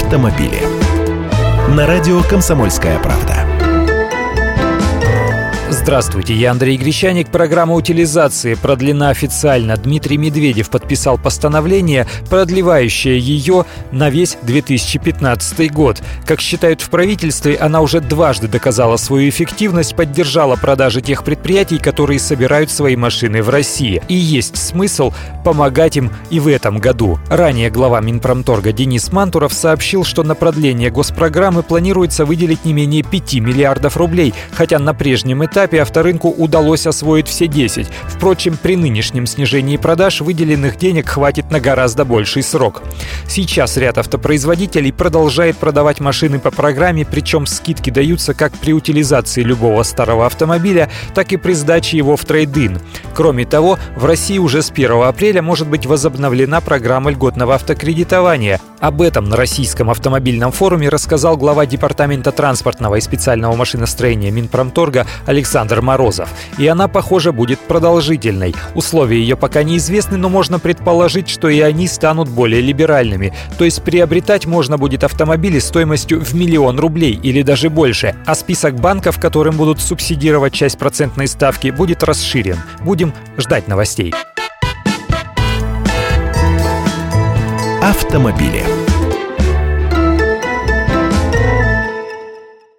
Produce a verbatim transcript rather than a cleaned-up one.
автомобили. На радио «Комсомольская правда». Здравствуйте, я Андрей Гречаник. Программа утилизации продлена официально. Дмитрий Медведев подписал постановление, продлевающее ее на весь две тысячи пятнадцатый год. Как считают в правительстве, она уже дважды доказала свою эффективность, поддержала продажи тех предприятий, которые собирают свои машины в России. И есть смысл помогать им и в этом году. Ранее глава Минпромторга Денис Мантуров сообщил, что на продление госпрограммы планируется выделить не менее пяти миллиардов рублей, хотя на прежнем этапе авторынку удалось освоить все десять. Впрочем, при нынешнем снижении продаж выделенных денег хватит на гораздо больший срок. Сейчас ряд автопроизводителей продолжает продавать машины по программе, причем скидки даются как при утилизации любого старого автомобиля, так и при сдаче его в трейд-ин. Кроме того, в России уже с первого апреля может быть возобновлена программа льготного автокредитования. Об этом на Российском автомобильном форуме рассказал глава Департамента транспортного и специального машиностроения Минпромторга Александр Морозов. И она, похоже, будет продолжительной. Условия ее пока неизвестны, но можно предположить, что и они станут более либеральными. То есть приобретать можно будет автомобили стоимостью в миллион рублей или даже больше. А список банков, которым будут субсидировать часть процентной ставки, будет расширен. Будем ждать новостей. Автомобили.